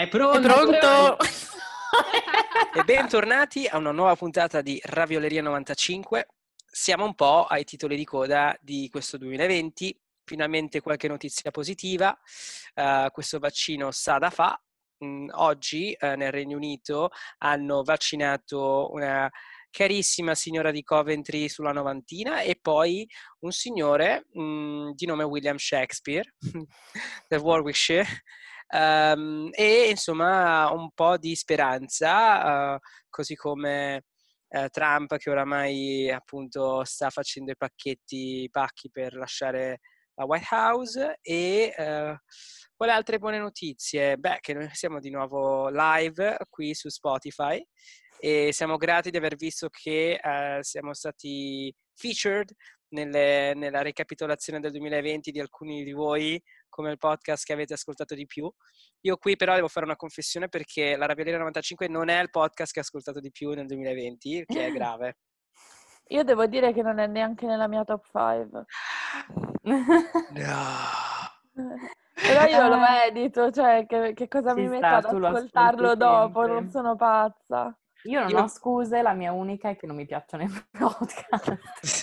È pronto? È pronto? E bentornati a una nuova puntata di Ravioleria 95. Siamo un po' ai titoli di coda di questo 2020. Finalmente qualche notizia positiva. Questo vaccino sa da fa. Oggi nel Regno Unito hanno vaccinato una carissima signora di Coventry sulla novantina e poi un signore di nome William Shakespeare del Warwickshire. E insomma un po' di speranza, così come Trump che oramai appunto sta facendo i pacchi per lasciare la White House. E quali altre buone notizie? Beh, che noi siamo di nuovo live qui su Spotify e siamo grati di aver visto che siamo stati featured nella ricapitolazione del 2020 di alcuni di voi come il podcast che avete ascoltato di più. Io qui però devo fare una confessione perché la Ravioleria 95 non è il podcast che ho ascoltato di più nel 2020, che è grave. Io devo dire che non è neanche nella mia top 5. No. Però io lo edito, cioè che cosa Ci mi metto sta, ad tu lo ascoltarlo ascolti dopo? sempre. Non sono pazza. Io non ho scuse, la mia unica è che non mi piacciono i podcast.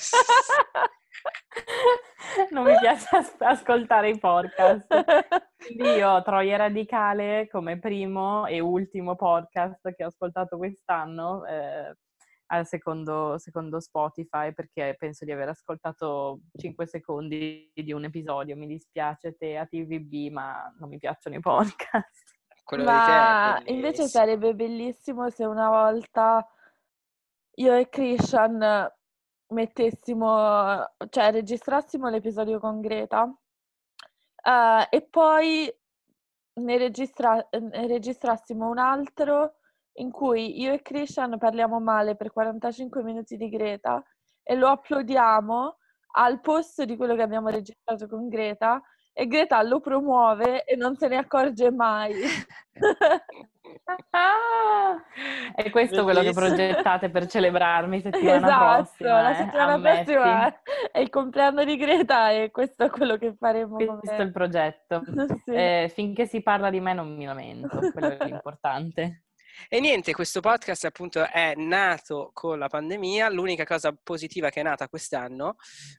Non mi piace ascoltare i podcast. Quindi io ho Troia Radicale come primo e ultimo podcast che ho ascoltato quest'anno al secondo Spotify, perché penso di aver ascoltato 5 secondi di un episodio. Mi dispiace te a TVB, ma non mi piacciono i podcast. Quello di te Ma è invece bellissimo. sarebbe bellissimo se una volta io e Christian registrassimo l'episodio con Greta e poi ne registrassimo un altro in cui io e Christian parliamo male per 45 minuti di Greta e lo uploadiamo al posto di quello che abbiamo registrato con Greta e Greta lo promuove e non se ne accorge mai. È questo quello che Bellissimo. progettate per celebrarmi settimana Esatto, prossima, la settimana ammetti. prossima è il compleanno di Greta e questo è quello che faremo Questo è il progetto. Sì. Finché si parla di me non mi lamento, quello è l'importante. E niente, questo podcast appunto è nato con la pandemia, l'unica cosa positiva che è nata quest'anno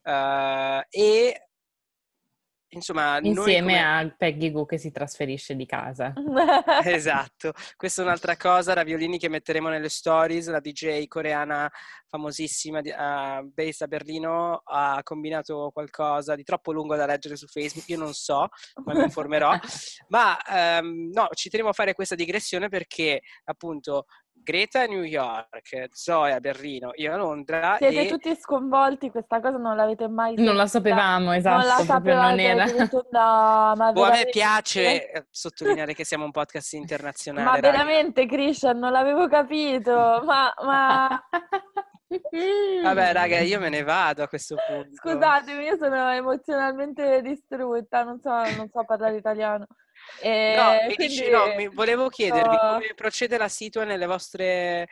e insomma noi Insieme come... a Peggy Goo che si trasferisce di casa. Esatto, questa è un'altra cosa, Raviolini che metteremo nelle stories, la DJ coreana famosissima based a Berlino ha combinato qualcosa di troppo lungo da leggere su Facebook, io non so, ma mi informerò, ma no, ci tenevo a fare questa digressione perché appunto Greta a New York, Zoe a Berlino, io a Londra. Siete tutti sconvolti, questa cosa non l'avete mai sentita. Non la sapevamo, esatto, non la proprio non sapevate, era. avete detto no, ma A me veramente... piace sottolineare che siamo un podcast internazionale, Ma raga. veramente, Christian, non l'avevo capito, ma... Vabbè, raga, io me ne vado a questo punto. Scusatemi, io sono emozionalmente distrutta, non so parlare italiano. Volevo chiedervi come procede la situa nelle vostre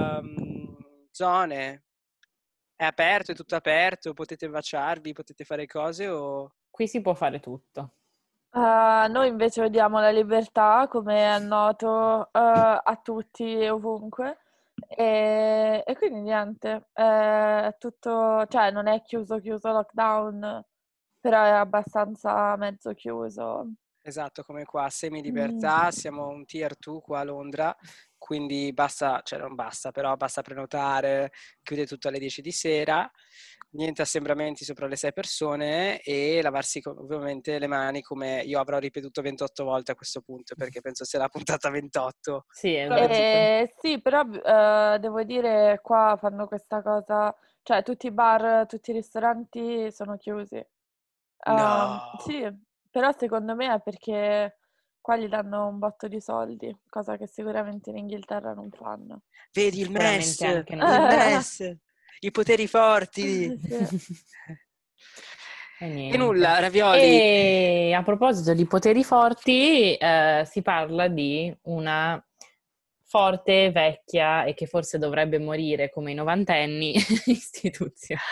zone? È aperto, è tutto aperto? Potete baciarvi, potete fare cose o... Qui si può fare tutto. Noi invece vediamo la libertà, come è noto a tutti e ovunque. E quindi niente, è tutto, cioè non è chiuso lockdown, però è abbastanza mezzo chiuso. Esatto, come qua, semi-libertà, siamo un tier 2 qua a Londra, quindi basta, cioè non basta, però basta prenotare, chiude tutto alle 10 di sera, niente assembramenti sopra le 6 persone e lavarsi ovviamente le mani, come io avrò ripetuto 28 volte a questo punto, perché penso sia la puntata 28. Sì, esatto. Sì, però devo dire, qua fanno questa cosa, cioè tutti i bar, tutti i ristoranti sono chiusi. No! Sì, però secondo me è perché qua gli danno un botto di soldi, cosa che sicuramente in Inghilterra non fanno. Vedi il MES, Sicuramente anche il noi. MES, i poteri forti. Sì. E nulla, Ravioli. E a proposito di poteri forti, si parla di una forte, vecchia e che forse dovrebbe morire come i novantenni istituzione.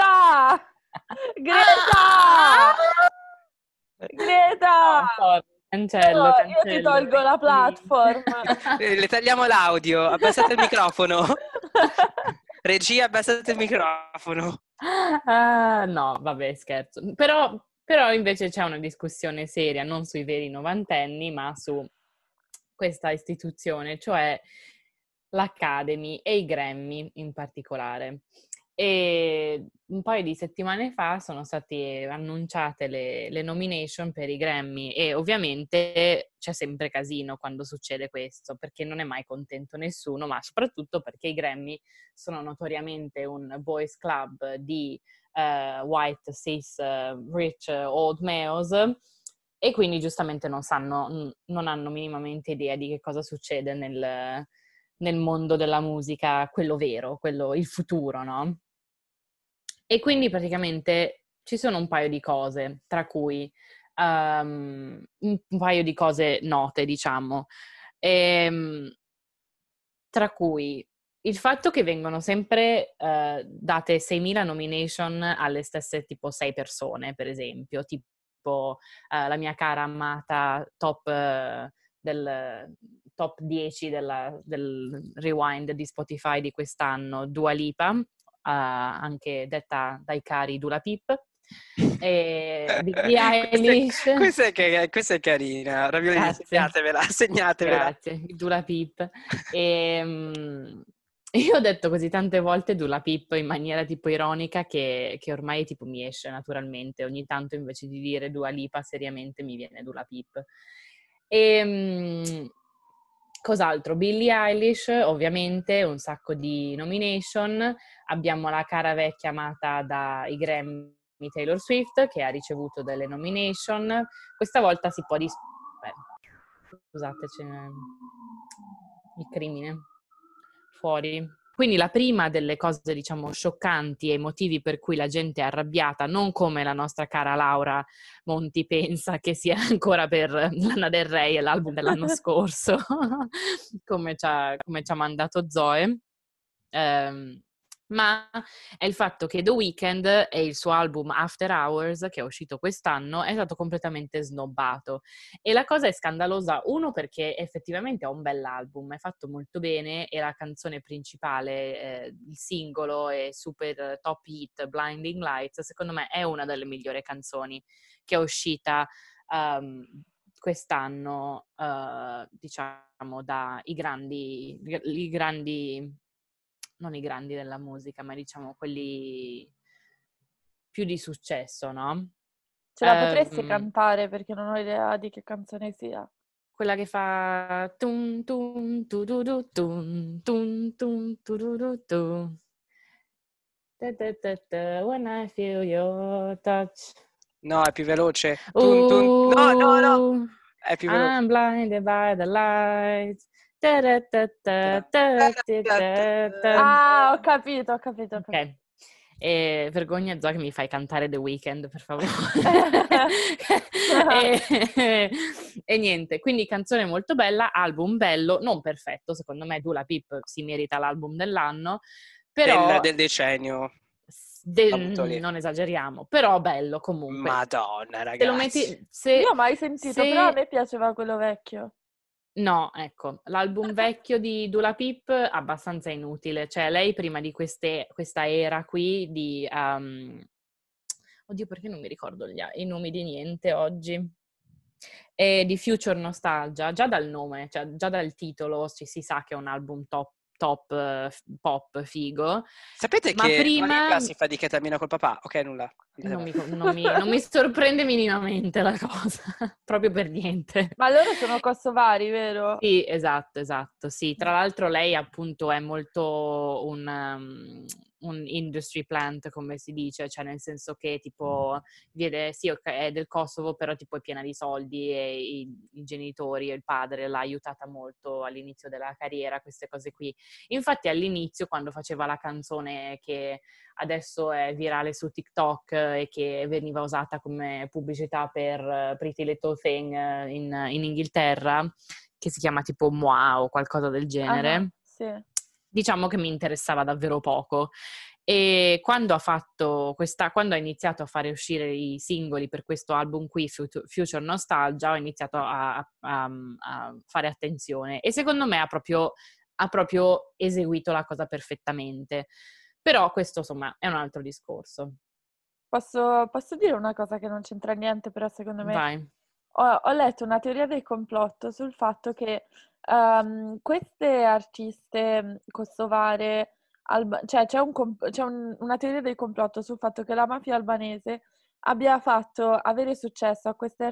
Greta! Greta! Greta! Cancello, Io ti tolgo la platform. Le tagliamo l'audio, abbassate il microfono. Regia, abbassate il microfono. No, vabbè, scherzo. Però invece c'è una discussione seria, non sui veri novantenni, ma su questa istituzione, cioè l'Academy e i Grammy in particolare. E un paio di settimane fa sono state annunciate le nomination per i Grammy e ovviamente c'è sempre casino quando succede questo, perché non è mai contento nessuno, ma soprattutto perché i Grammy sono notoriamente un boys club di white, cis, rich, old males, e quindi giustamente non hanno minimamente idea di che cosa succede nel mondo della musica, quello vero, il futuro, no? E quindi praticamente ci sono un paio di cose, tra cui un paio di cose note, diciamo, tra cui il fatto che vengono sempre date 6.000 nomination alle stesse tipo 6 persone, per esempio, tipo la mia cara amata del top 10 del Rewind di Spotify di quest'anno, Dua Lipa, anche detta dai cari Dula Pip, e Billie Eilish. Questa è carina, Raviolini, segnatevela. Grazie, Dula Pip. Io ho detto così tante volte Dula Pip in maniera tipo ironica che ormai tipo mi esce naturalmente, ogni tanto invece di dire Dua Lipa seriamente mi viene Dula Pip. Cos'altro? Billie Eilish, ovviamente, un sacco di nomination. Abbiamo la cara vecchia amata dai Grammy Taylor Swift, che ha ricevuto delle nomination. Questa volta si può scusate, c'è il crimine fuori. Quindi la prima delle cose, diciamo, scioccanti e i motivi per cui la gente è arrabbiata, non come la nostra cara Laura Monti pensa che sia ancora per Lana Del Rey e l'album dell'anno scorso, come ci ha mandato Zoe, ma è il fatto che The Weeknd e il suo album After Hours, che è uscito quest'anno, è stato completamente snobbato. E la cosa è scandalosa, uno, perché effettivamente è un bell'album, è fatto molto bene, e la canzone principale, il singolo e super top hit Blinding Lights, secondo me è una delle migliori canzoni che è uscita quest'anno, diciamo, i grandi, non i grandi della musica, ma diciamo quelli più di successo, no? Ce la potresti cantare perché non ho idea di che canzone sia. Quella che fa tum tum tu du du tum tum tum tu du du tu. When I feel your touch. No, è più veloce. Tun, tun. No. È più veloce. I'm blinded by the lights. Ah, ho capito. Ok. Vergogna Zoe che mi fai cantare The Weeknd, per favore. E niente, quindi canzone molto bella, album bello, non perfetto, secondo me Dula Pip si merita l'album dell'anno, però del decennio. non esageriamo, però bello comunque. Madonna, ragazzi. Se lo metti, io ho mai sentito, però a me piaceva quello vecchio. No, ecco, l'album vecchio di Dula Pip abbastanza inutile, cioè lei prima di questa era qui di... oddio, perché non mi ricordo i nomi di niente oggi? E di Future Nostalgia, già dal nome, cioè già dal titolo si sa che è un album top pop figo. Sapete ma che prima... Dua Lipa si fa di ketamina col papà? Ok, nulla. Non mi sorprende minimamente la cosa, proprio per niente. Ma loro sono kosovari, vero? Sì, esatto, sì. Tra l'altro lei appunto è molto un industry plant, come si dice, cioè nel senso che tipo sì, è del Kosovo, però tipo è piena di soldi e i genitori e il padre l'ha aiutata molto all'inizio della carriera, queste cose qui. Infatti all'inizio, quando faceva la canzone che adesso è virale su TikTok e che veniva usata come pubblicità per Pretty Little Thing in Inghilterra, che si chiama tipo Moi o qualcosa del genere, sì. Diciamo che mi interessava davvero poco. E quando ha iniziato a fare uscire i singoli per questo album qui, Future Nostalgia, ho iniziato a fare attenzione e secondo me ha proprio eseguito la cosa perfettamente. Però questo, insomma, è un altro discorso. Posso dire una cosa che non c'entra niente, però secondo me Vai. ho letto una teoria del complotto sul fatto che queste artiste kosovare, cioè una teoria del complotto sul fatto che la mafia albanese abbia fatto avere successo a queste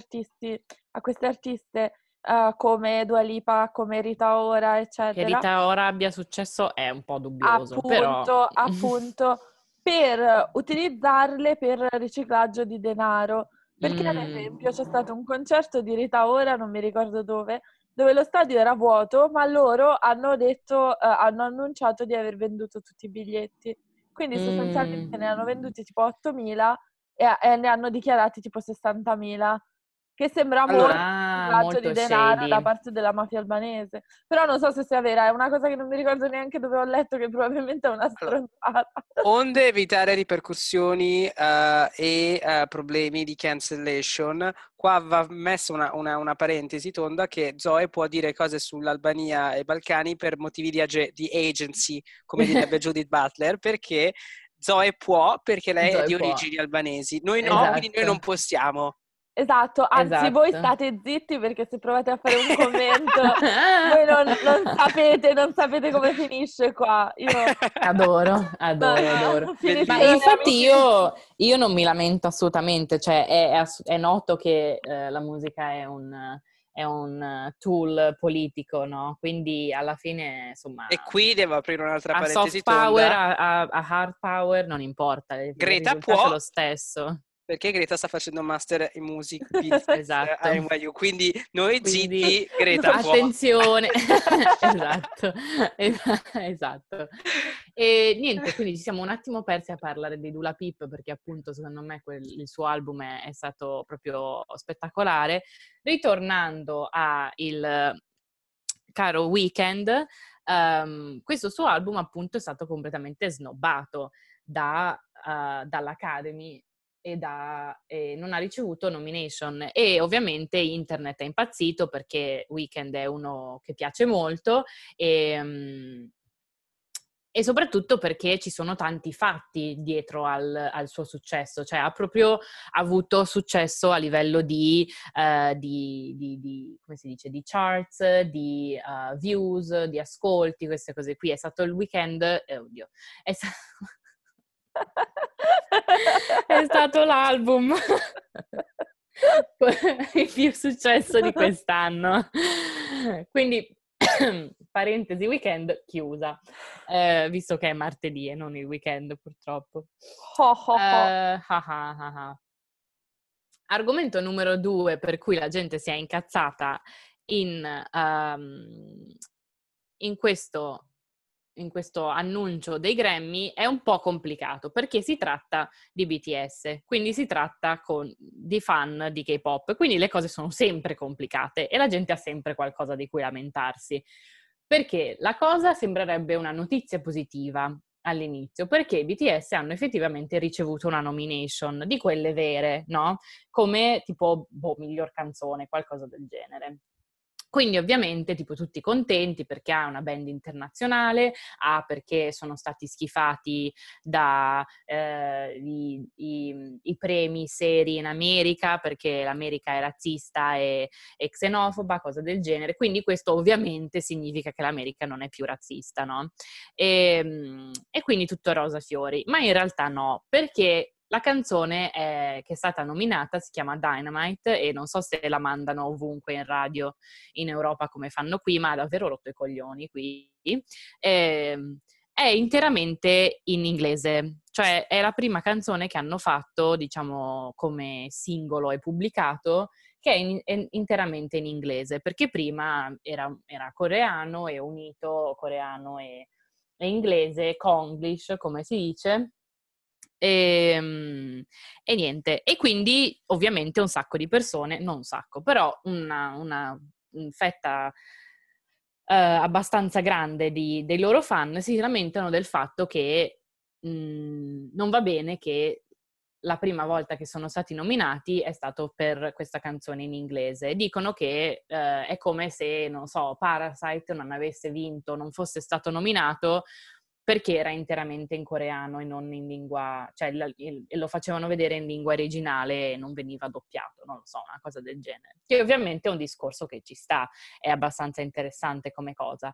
artiste come Dua Lipa, come Rita Ora, Che eccetera. Rita Ora abbia successo è un po' dubbioso, però... Appunto, per utilizzarle per riciclaggio di denaro. Perché ad esempio c'è stato un concerto di Rita Ora, non mi ricordo dove lo stadio era vuoto, ma loro hanno hanno annunciato di aver venduto tutti i biglietti. Quindi sostanzialmente ne hanno venduti tipo 8.000 e ne hanno dichiarati tipo 60.000. Che sembra molto riciclaggio di denaro da parte della mafia albanese. Però non so se sia vera, è una cosa che non mi ricordo neanche dove ho letto, che probabilmente è una stronzata. Onde evitare ripercussioni e problemi di cancellation, qua va messa una parentesi tonda che Zoe può dire cose sull'Albania e i Balcani per motivi di agency, come direbbe Judith Butler, perché Zoe può, perché lei è di origini albanesi. Noi no, quindi noi non possiamo. Esatto, anzi voi state zitti perché se provate a fare un commento voi non sapete come finisce qua. Io adoro. Ma infatti io non mi lamento assolutamente, cioè è noto che la musica è un tool politico, no? Quindi alla fine, insomma... E qui devo aprire un'altra parentesi soft power, a hard power, non importa, Greta il risultato può... è lo stesso. Perché Greta sta facendo master in music esatto. a NYU, quindi noi zitti, Greta può. Attenzione, esatto. E niente, quindi ci siamo un attimo persi a parlare di Dua Lipa perché appunto secondo me il suo album è stato proprio spettacolare. Ritornando a il caro Weeknd, questo suo album appunto è stato completamente snobbato dall'Academy e non ha ricevuto nomination e ovviamente internet è impazzito perché Weeknd è uno che piace molto e soprattutto perché ci sono tanti fatti dietro al suo successo, cioè ha proprio avuto successo a livello di come si dice, di charts, di views, di ascolti, queste cose qui. È stato il Weeknd, è stato l'album il più successo di quest'anno. Quindi, parentesi Weeknd chiusa, visto che è martedì e non il weekend purtroppo. Argomento numero 2 per cui la gente si è incazzata in questo annuncio dei Grammy è un po' complicato perché si tratta di BTS, quindi si tratta di fan di K-pop, quindi le cose sono sempre complicate e la gente ha sempre qualcosa di cui lamentarsi, perché la cosa sembrerebbe una notizia positiva all'inizio, perché BTS hanno effettivamente ricevuto una nomination di quelle vere, no? Come tipo, miglior canzone, qualcosa del genere. Quindi ovviamente tipo tutti contenti perché ha una band internazionale, perché sono stati schifati da i premi seri in America perché l'America è razzista e xenofoba, cosa del genere. Quindi questo ovviamente significa che l'America non è più razzista, no? E quindi tutto rosa fiori, ma in realtà no, perché la canzone che è stata nominata si chiama Dynamite e non so se la mandano ovunque in radio in Europa come fanno qui, ma ha davvero rotto i coglioni qui. È interamente in inglese, cioè è la prima canzone che hanno fatto, diciamo, come singolo e pubblicato, che è interamente in inglese, perché prima era coreano e unito coreano e inglese, Konglish, come si dice. E niente, e quindi ovviamente un sacco di persone, non un sacco, però una fetta abbastanza grande dei loro fan si lamentano del fatto che non va bene che la prima volta che sono stati nominati è stato per questa canzone in inglese. Dicono che è come se, non so, Parasite non avesse vinto, non fosse stato nominato perché era interamente in coreano e non in lingua, cioè lo facevano vedere in lingua originale e non veniva doppiato, non lo so, una cosa del genere. Che ovviamente è un discorso che ci sta, è abbastanza interessante come cosa.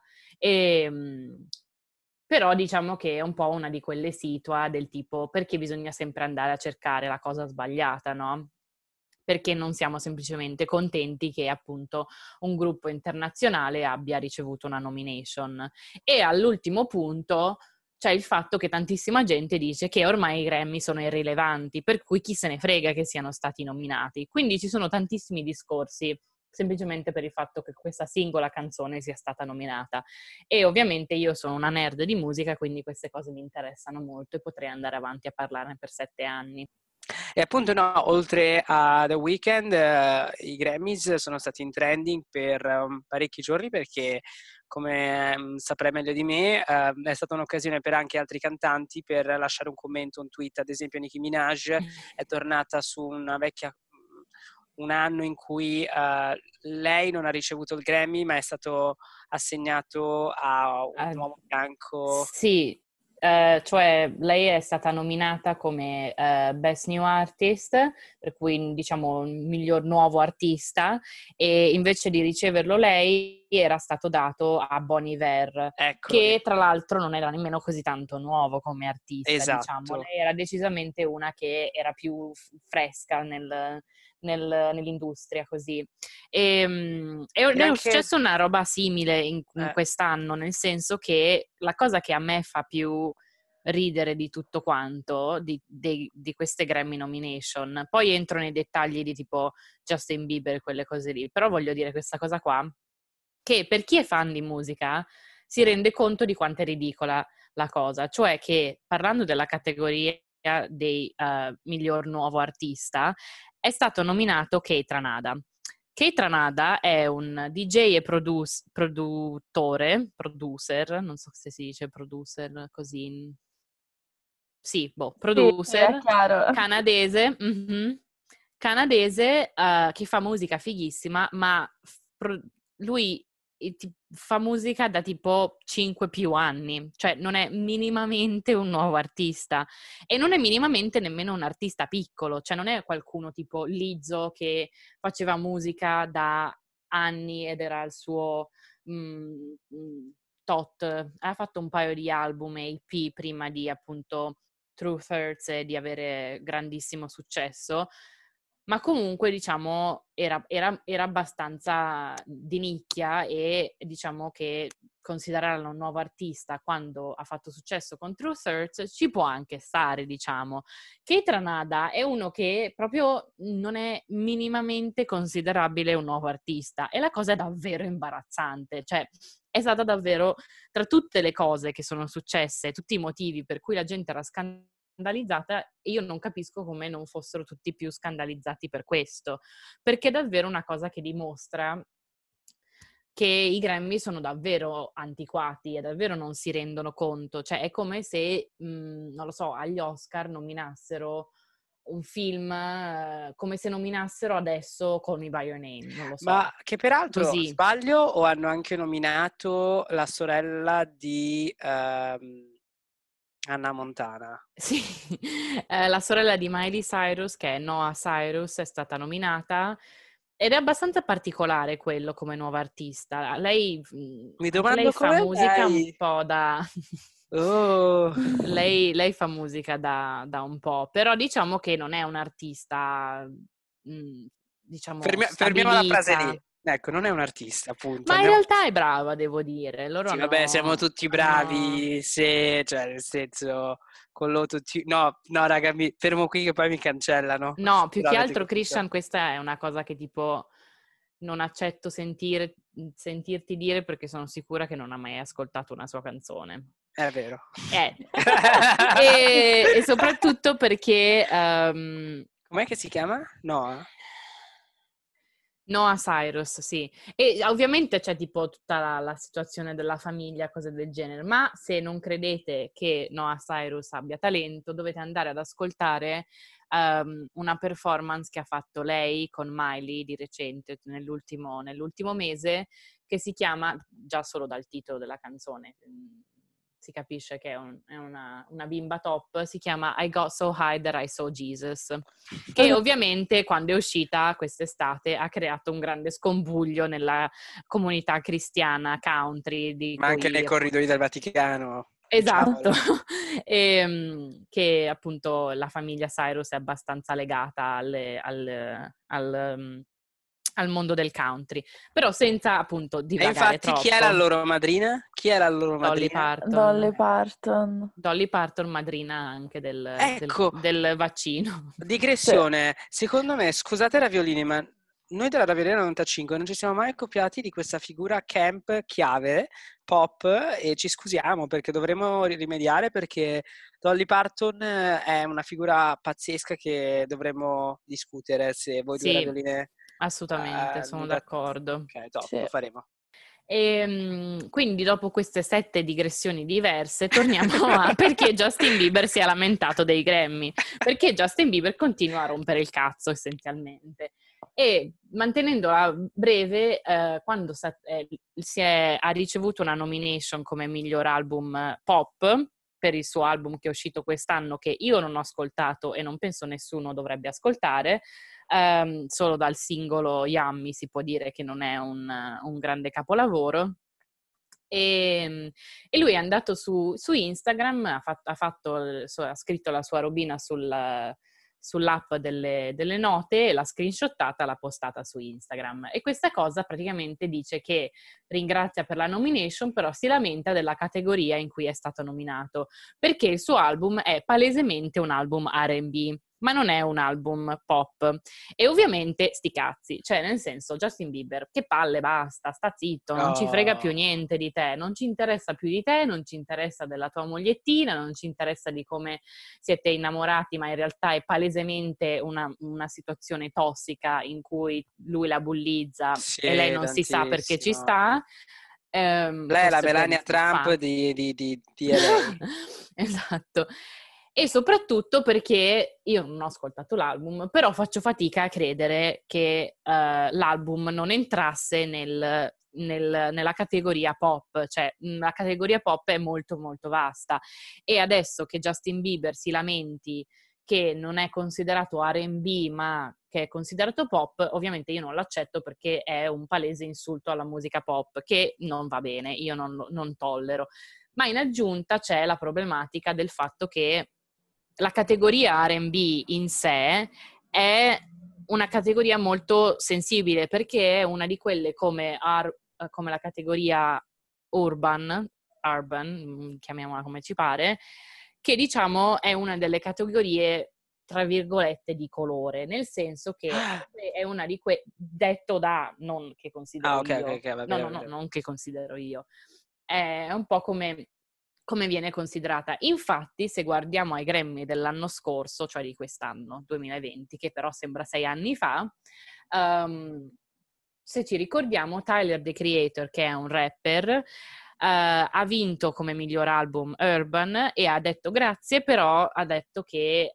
Però diciamo che è un po' una di quelle situa del tipo perché bisogna sempre andare a cercare la cosa sbagliata, no? Perché non siamo semplicemente contenti che appunto un gruppo internazionale abbia ricevuto una nomination. E all'ultimo punto c'è il fatto che tantissima gente dice che ormai i Grammy sono irrilevanti, per cui chi se ne frega che siano stati nominati. Quindi ci sono tantissimi discorsi semplicemente per il fatto che questa singola canzone sia stata nominata. E ovviamente io sono una nerd di musica, quindi queste cose mi interessano molto e potrei andare avanti a parlarne per 7 anni. E appunto no, oltre a The Weeknd, i Grammys sono stati in trending per parecchi giorni perché, come saprai meglio di me, è stata un'occasione per anche altri cantanti per lasciare un commento, un tweet. Ad esempio Nicki Minaj è tornata su un anno in cui lei non ha ricevuto il Grammy, ma è stato assegnato a un uomo bianco. Sì, cioè lei è stata nominata come Best New Artist, per cui diciamo miglior nuovo artista, e invece di riceverlo lei era stato dato a Bon Iver, che tra l'altro non era nemmeno così tanto nuovo come artista, esatto. Diciamo. Lei era decisamente una che era più fresca nell'industria, così. E è successo una roba simile in quest'anno, nel senso che la cosa che a me fa più ridere di tutto quanto, di queste Grammy nomination, poi entro nei dettagli di tipo Justin Bieber, quelle cose lì, però voglio dire questa cosa qua, che per chi è fan di musica si rende conto di quanto è ridicola la cosa, cioè che parlando della categoria dei miglior nuovo artista è stato nominato Keith Ranada. Keith Ranada è un DJ e producer, non so se si dice producer così. Sì, producer, sì, canadese, canadese che fa musica fighissima, ma lui fa musica da tipo 5 più anni, cioè non è minimamente un nuovo artista e non è minimamente nemmeno un artista piccolo, cioè non è qualcuno tipo Lizzo che faceva musica da anni ed era il suo tot, ha fatto un paio di album e EP prima di appunto Truth Hurts e di avere grandissimo successo, ma comunque diciamo era abbastanza di nicchia e diciamo che considerarlo un nuovo artista quando ha fatto successo con Truth Hurts ci può anche stare, diciamo. Keith Ranada è uno che proprio non è minimamente considerabile un nuovo artista e la cosa è davvero imbarazzante, cioè è stata davvero, tra tutte le cose che sono successe, tutti i motivi per cui la gente era scandalizzata, io non capisco come non fossero tutti più scandalizzati per questo, perché è davvero una cosa che dimostra che i Grammy sono davvero antiquati e davvero non si rendono conto, cioè è come se, non lo so, agli Oscar nominassero un film come se nominassero adesso Call Me By Your Name, non lo so. Ma che peraltro, così. sbaglio o hanno anche nominato la sorella di Hannah Montana? Sì, la sorella di Miley Cyrus, che è Noah Cyrus, è stata nominata ed è abbastanza particolare quello come nuova artista. Lei, Mi domando lei fa come musica mai. un po' da... Oh. lei fa musica da un po', però diciamo che non è un artista, diciamo, Fermiamo la frase stabilita. lì. Ecco, non è un artista, appunto. Ma in realtà è brava, devo dire. Loro Sì, vabbè, siamo tutti bravi, se, cioè, nel senso, con l'autotune... No, raga, mi fermo qui che poi mi cancellano. No, più Però che avete altro, capito. Christian, questa è una cosa che tipo non accetto sentirti dire perché sono sicura che non ha mai ascoltato una sua canzone. È vero. E soprattutto perché... Com'è che si chiama? Noah? Noah Cyrus, sì. E ovviamente c'è tipo tutta la situazione della famiglia, cose del genere, ma se non credete che Noah Cyrus abbia talento, dovete andare ad ascoltare una performance che ha fatto lei con Miley di recente, nell'ultimo mese, che si chiama, già solo dal titolo della canzone, si capisce che è una bimba top, si chiama I Got So High That I Saw Jesus, che ovviamente quando è uscita quest'estate ha creato un grande scombuglio nella comunità cristiana country di Ma anche cui nei corridoi del Vaticano. esatto, diciamolo. che appunto la famiglia Cyrus è abbastanza legata al mondo del country, però senza appunto E divagare infatti chi era la troppo. loro madrina? Chi era la loro Dolly madrina? Dolly Parton. Parton. Dolly Parton, madrina anche Ecco, del vaccino. Sì. digressione. Secondo me, scusate Raviolini, ma noi della Raviolina 95 non ci siamo mai copiati di questa figura camp chiave pop e ci scusiamo perché dovremmo rimediare perché Dolly Parton è una figura pazzesca che dovremmo discutere se voi due Sì, Ravioline assolutamente, sono mi d'accordo. Ok, top, Sì. lo faremo. E quindi dopo queste 7 digressioni diverse torniamo a perché Justin Bieber si è lamentato dei Grammy, perché Justin Bieber continua a rompere il cazzo essenzialmente e mantenendola breve, quando ha ricevuto una nomination come miglior album pop per il suo album che è uscito quest'anno, che io non ho ascoltato e non penso nessuno dovrebbe ascoltare, solo dal singolo Yummy si può dire che non è un grande capolavoro. E lui è andato su Instagram, ha scritto la sua robina sull'app delle note, l'ha screenshottata, l'ha postata su Instagram. E questa cosa praticamente dice che ringrazia per la nomination, però si lamenta della categoria in cui è stato nominato, perché il suo album è palesemente un album R&B, ma non è un album pop. E ovviamente sti cazzi, cioè nel senso Justin Bieber, che palle, basta, sta zitto, non ci frega più niente di te, non ci interessa più di te, non ci interessa della tua mogliettina, non ci interessa di come siete innamorati, ma in realtà è palesemente una situazione tossica in cui lui la bullizza e lei Sì, non si sa perché ci tantissimo. sta. Lei è la Forse per Melania Trump fan. di LA. Esatto. E soprattutto perché io non ho ascoltato l'album, però faccio fatica a credere che l'album non entrasse nella categoria pop, cioè la categoria pop è molto molto vasta e adesso che Justin Bieber si lamenti che non è considerato R&B ma che è considerato pop, ovviamente io non l'accetto perché è un palese insulto alla musica pop che non va bene, io non tollero. Ma in aggiunta c'è la problematica del fatto che la categoria R&B in sé è una categoria molto sensibile perché è una di quelle come la categoria urban, chiamiamola come ci pare, che diciamo è una delle categorie tra virgolette di colore, nel senso che è una di quelle, detto da, non che considero Ok, io, ok, va no, bene, no, va no, bene. non che considero io, è un po' come viene considerata. Infatti, se guardiamo ai Grammy dell'anno scorso, cioè di quest'anno, 2020, che però sembra 6 anni fa, se ci ricordiamo, Tyler, The Creator, che è un rapper, ha vinto come miglior album Urban e ha detto grazie, però ha detto che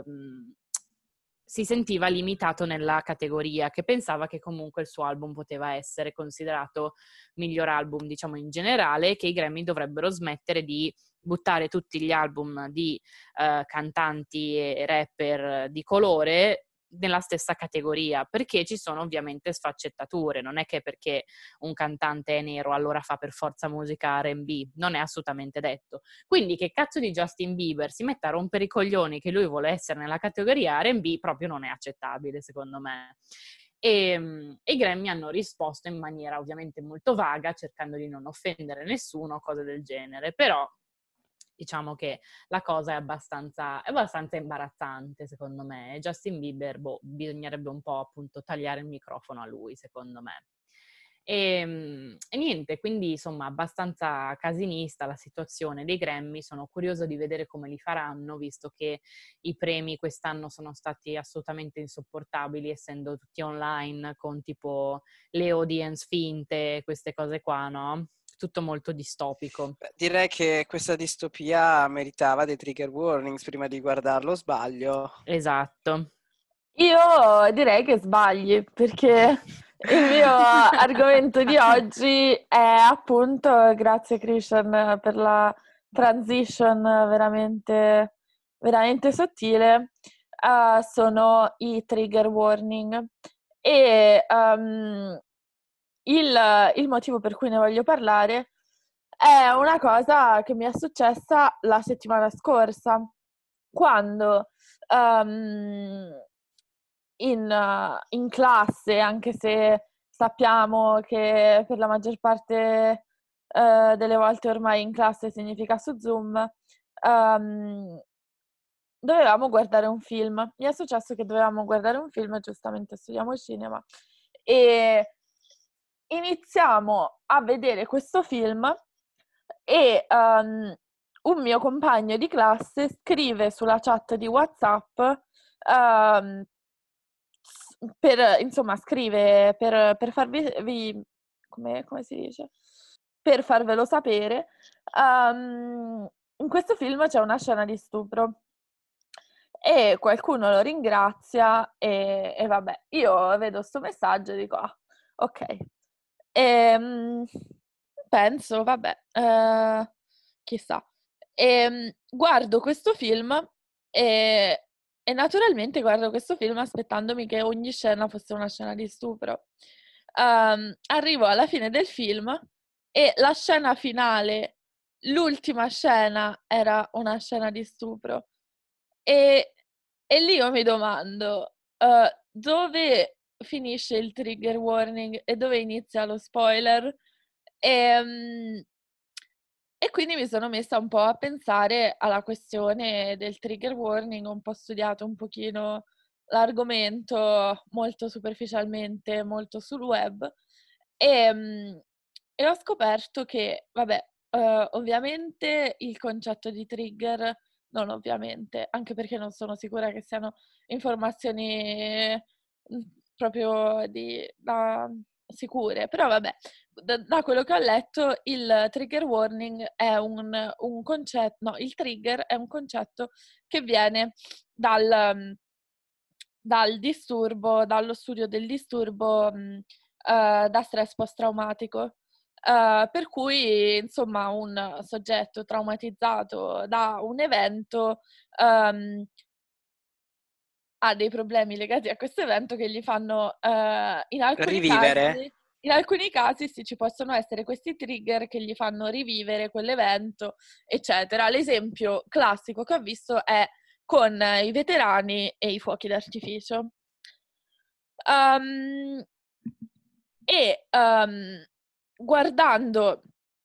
si sentiva limitato nella categoria, che pensava che comunque il suo album poteva essere considerato miglior album, diciamo in generale, che i Grammy dovrebbero smettere di buttare tutti gli album di cantanti e rapper di colore nella stessa categoria, perché ci sono ovviamente sfaccettature, non è che perché un cantante è nero allora fa per forza musica R&B, non è assolutamente detto. Quindi che cazzo di Justin Bieber si metta a rompere i coglioni che lui vuole essere nella categoria R&B proprio non è accettabile secondo me. E i Grammy hanno risposto in maniera ovviamente molto vaga, cercando di non offendere nessuno, cose del genere, però diciamo che la cosa è abbastanza imbarazzante secondo me. E Justin Bieber, bisognerebbe un po' appunto tagliare il microfono a lui, secondo me. E niente, quindi insomma abbastanza casinista la situazione dei Grammy. Sono curiosa di vedere come li faranno, visto che i premi quest'anno sono stati assolutamente insopportabili, essendo tutti online con tipo le audience finte, queste cose qua, no? Tutto molto distopico. Beh, direi che questa distopia meritava dei trigger warnings prima di guardarlo, sbaglio. Esatto. Io direi che sbagli, perché il mio argomento di oggi è appunto, grazie Christian per la transition veramente, veramente sottile, sono i trigger warning. E il motivo per cui ne voglio parlare è una cosa che mi è successa la settimana scorsa, quando in classe, anche se sappiamo che per la maggior parte delle volte ormai in classe significa su Zoom, dovevamo guardare un film. Mi è successo che dovevamo guardare un film, giustamente studiamo cinema, e iniziamo a vedere questo film e un mio compagno di classe scrive sulla chat di WhatsApp insomma, scrive per farvi come si dice? Per farvelo sapere. In questo film c'è una scena di stupro e qualcuno lo ringrazia e vabbè, io vedo sto messaggio e dico, ah, ok. Penso, vabbè, chissà. Guardo questo film e naturalmente guardo questo film aspettandomi che ogni scena fosse una scena di stupro. Arrivo alla fine del film e la scena finale, l'ultima scena, era una scena di stupro. E lì io mi domando, dove finisce il trigger warning e dove inizia lo spoiler? E quindi mi sono messa un po' a pensare alla questione del trigger warning, ho un po' studiato un pochino l'argomento molto superficialmente, molto sul web e ho scoperto che, vabbè, ovviamente il concetto di trigger, non ovviamente, anche perché non sono sicura che siano informazioni proprio sicure, però vabbè, da quello che ho letto, il trigger warning è un concetto, no, il trigger è un concetto che viene dal disturbo, dallo studio del disturbo da stress post-traumatico. Per cui, insomma, un soggetto traumatizzato da un evento ha dei problemi legati a questo evento che gli fanno, Rivivere? in alcuni casi sì, ci possono essere questi trigger che gli fanno rivivere quell'evento, eccetera. L'esempio classico che ho visto è con i veterani e i fuochi d'artificio. Guardando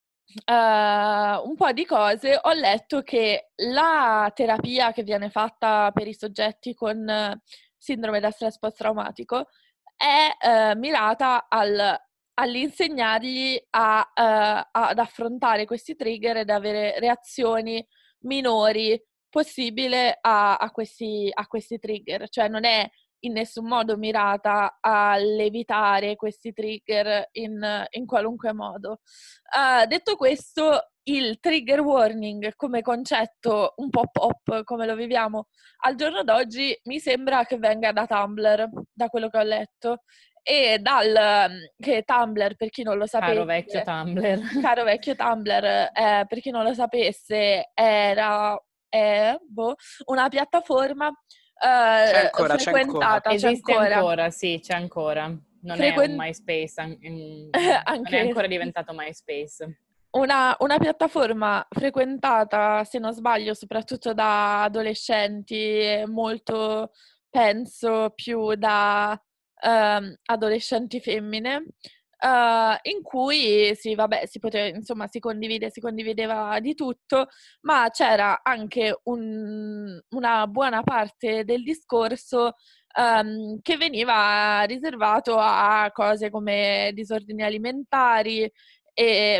un po' di cose, ho letto che la terapia che viene fatta per i soggetti con sindrome da stress post-traumatico è mirata all'insegnargli ad affrontare questi trigger ed avere reazioni minori possibile a questi trigger, cioè non è in nessun modo mirata all'evitare questi trigger in qualunque modo. Detto questo, il trigger warning come concetto un po' pop, come lo viviamo al giorno d'oggi, mi sembra che venga da Tumblr, da quello che ho letto. E che Tumblr, per chi non lo sapesse, Caro vecchio Tumblr. Caro vecchio Tumblr, per chi non lo sapesse, è una piattaforma C'è ancora, frequentata. Esiste ancora, sì, c'è ancora. Non è un MySpace, non è ancora diventato MySpace. Una piattaforma frequentata, se non sbaglio, soprattutto da adolescenti, molto, penso, più da adolescenti femmine, in cui sì, vabbè, si condivideva di tutto, ma c'era anche una buona parte del discorso che veniva riservato a cose come disordini alimentari e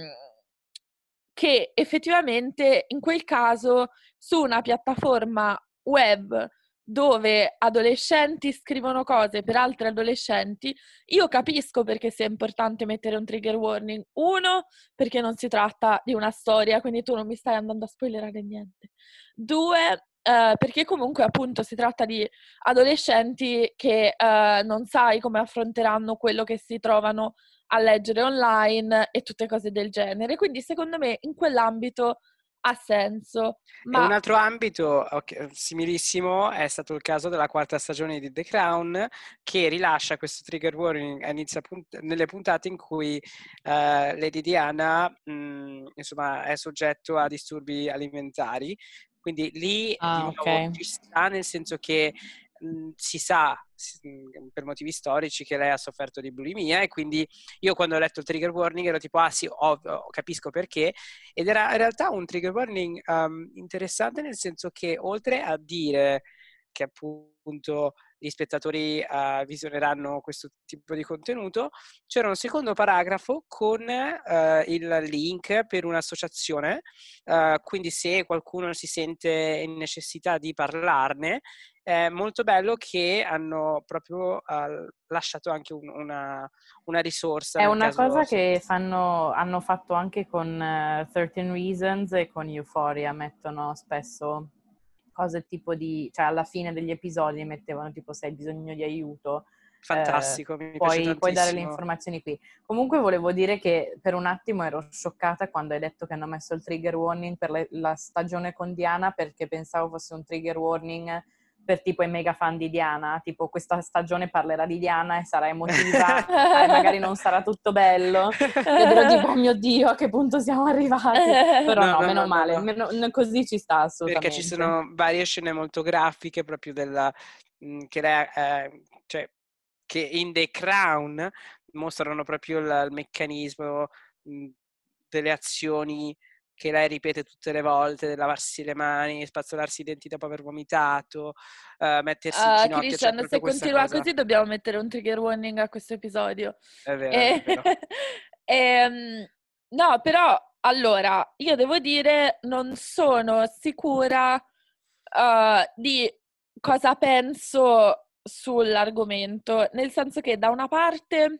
che effettivamente in quel caso su una piattaforma web dove adolescenti scrivono cose per altri adolescenti, io capisco perché sia importante mettere un trigger warning. Uno, perché non si tratta di una storia, quindi tu non mi stai andando a spoilerare niente. Due, perché comunque appunto si tratta di adolescenti che non sai come affronteranno quello che si trovano a leggere online e tutte cose del genere. Quindi secondo me in quell'ambito ha senso. E un Ma altro ambito similissimo è stato il caso della quarta stagione di The Crown, che rilascia questo trigger warning nelle puntate in cui Lady Diana insomma, è soggetto a disturbi alimentari. Quindi lì di nuovo ok. ci sta, nel senso che si sa per motivi storici che lei ha sofferto di bulimia, e quindi io quando ho letto il trigger warning ero tipo sì, capisco perché, ed era in realtà un trigger warning interessante, nel senso che oltre a dire che appunto gli spettatori visioneranno questo tipo di contenuto, c'era un secondo paragrafo con il link per un'associazione, quindi se qualcuno si sente in necessità di parlarne, è molto bello che hanno proprio lasciato anche una risorsa È nel una caso cosa sia che necessario. hanno fatto anche con 13 Reasons e con Euphoria, mettono spesso cose tipo cioè alla fine degli episodi mettevano tipo se hai bisogno di aiuto, Fantastico, mi piace puoi dare le tantissimo. informazioni qui. Comunque volevo dire che per un attimo ero scioccata quando hai detto che hanno messo il trigger warning per la stagione con Diana, perché pensavo fosse un trigger warning per tipo i mega fan di Diana, tipo questa stagione parlerà di Diana e sarà emotiva, magari non sarà tutto bello, ed ero tipo, oh mio Dio, a che punto siamo arrivati? Però no, meno male, No. così ci sta Perché ci assolutamente. sono varie scene molto grafiche proprio che lei, cioè, che in The Crown mostrano proprio il meccanismo delle azioni che lei ripete tutte le volte: lavarsi le mani, spazzolarsi i denti dopo aver vomitato, mettersi in ginocchio, c'è Christian, proprio se questa continua cosa. così dobbiamo mettere un trigger warning a questo episodio. È vero, è E- vero. no, però, allora, io devo dire, non sono sicura di cosa penso sull'argomento, nel senso che da una parte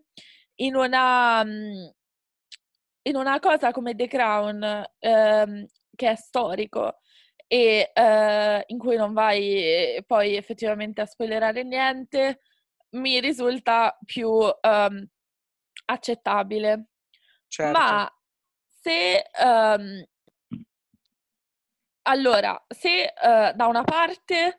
in una cosa come The Crown, che è storico e in cui non vai poi effettivamente a spoilerare niente, mi risulta più accettabile. Certo. Ma se allora, se da una parte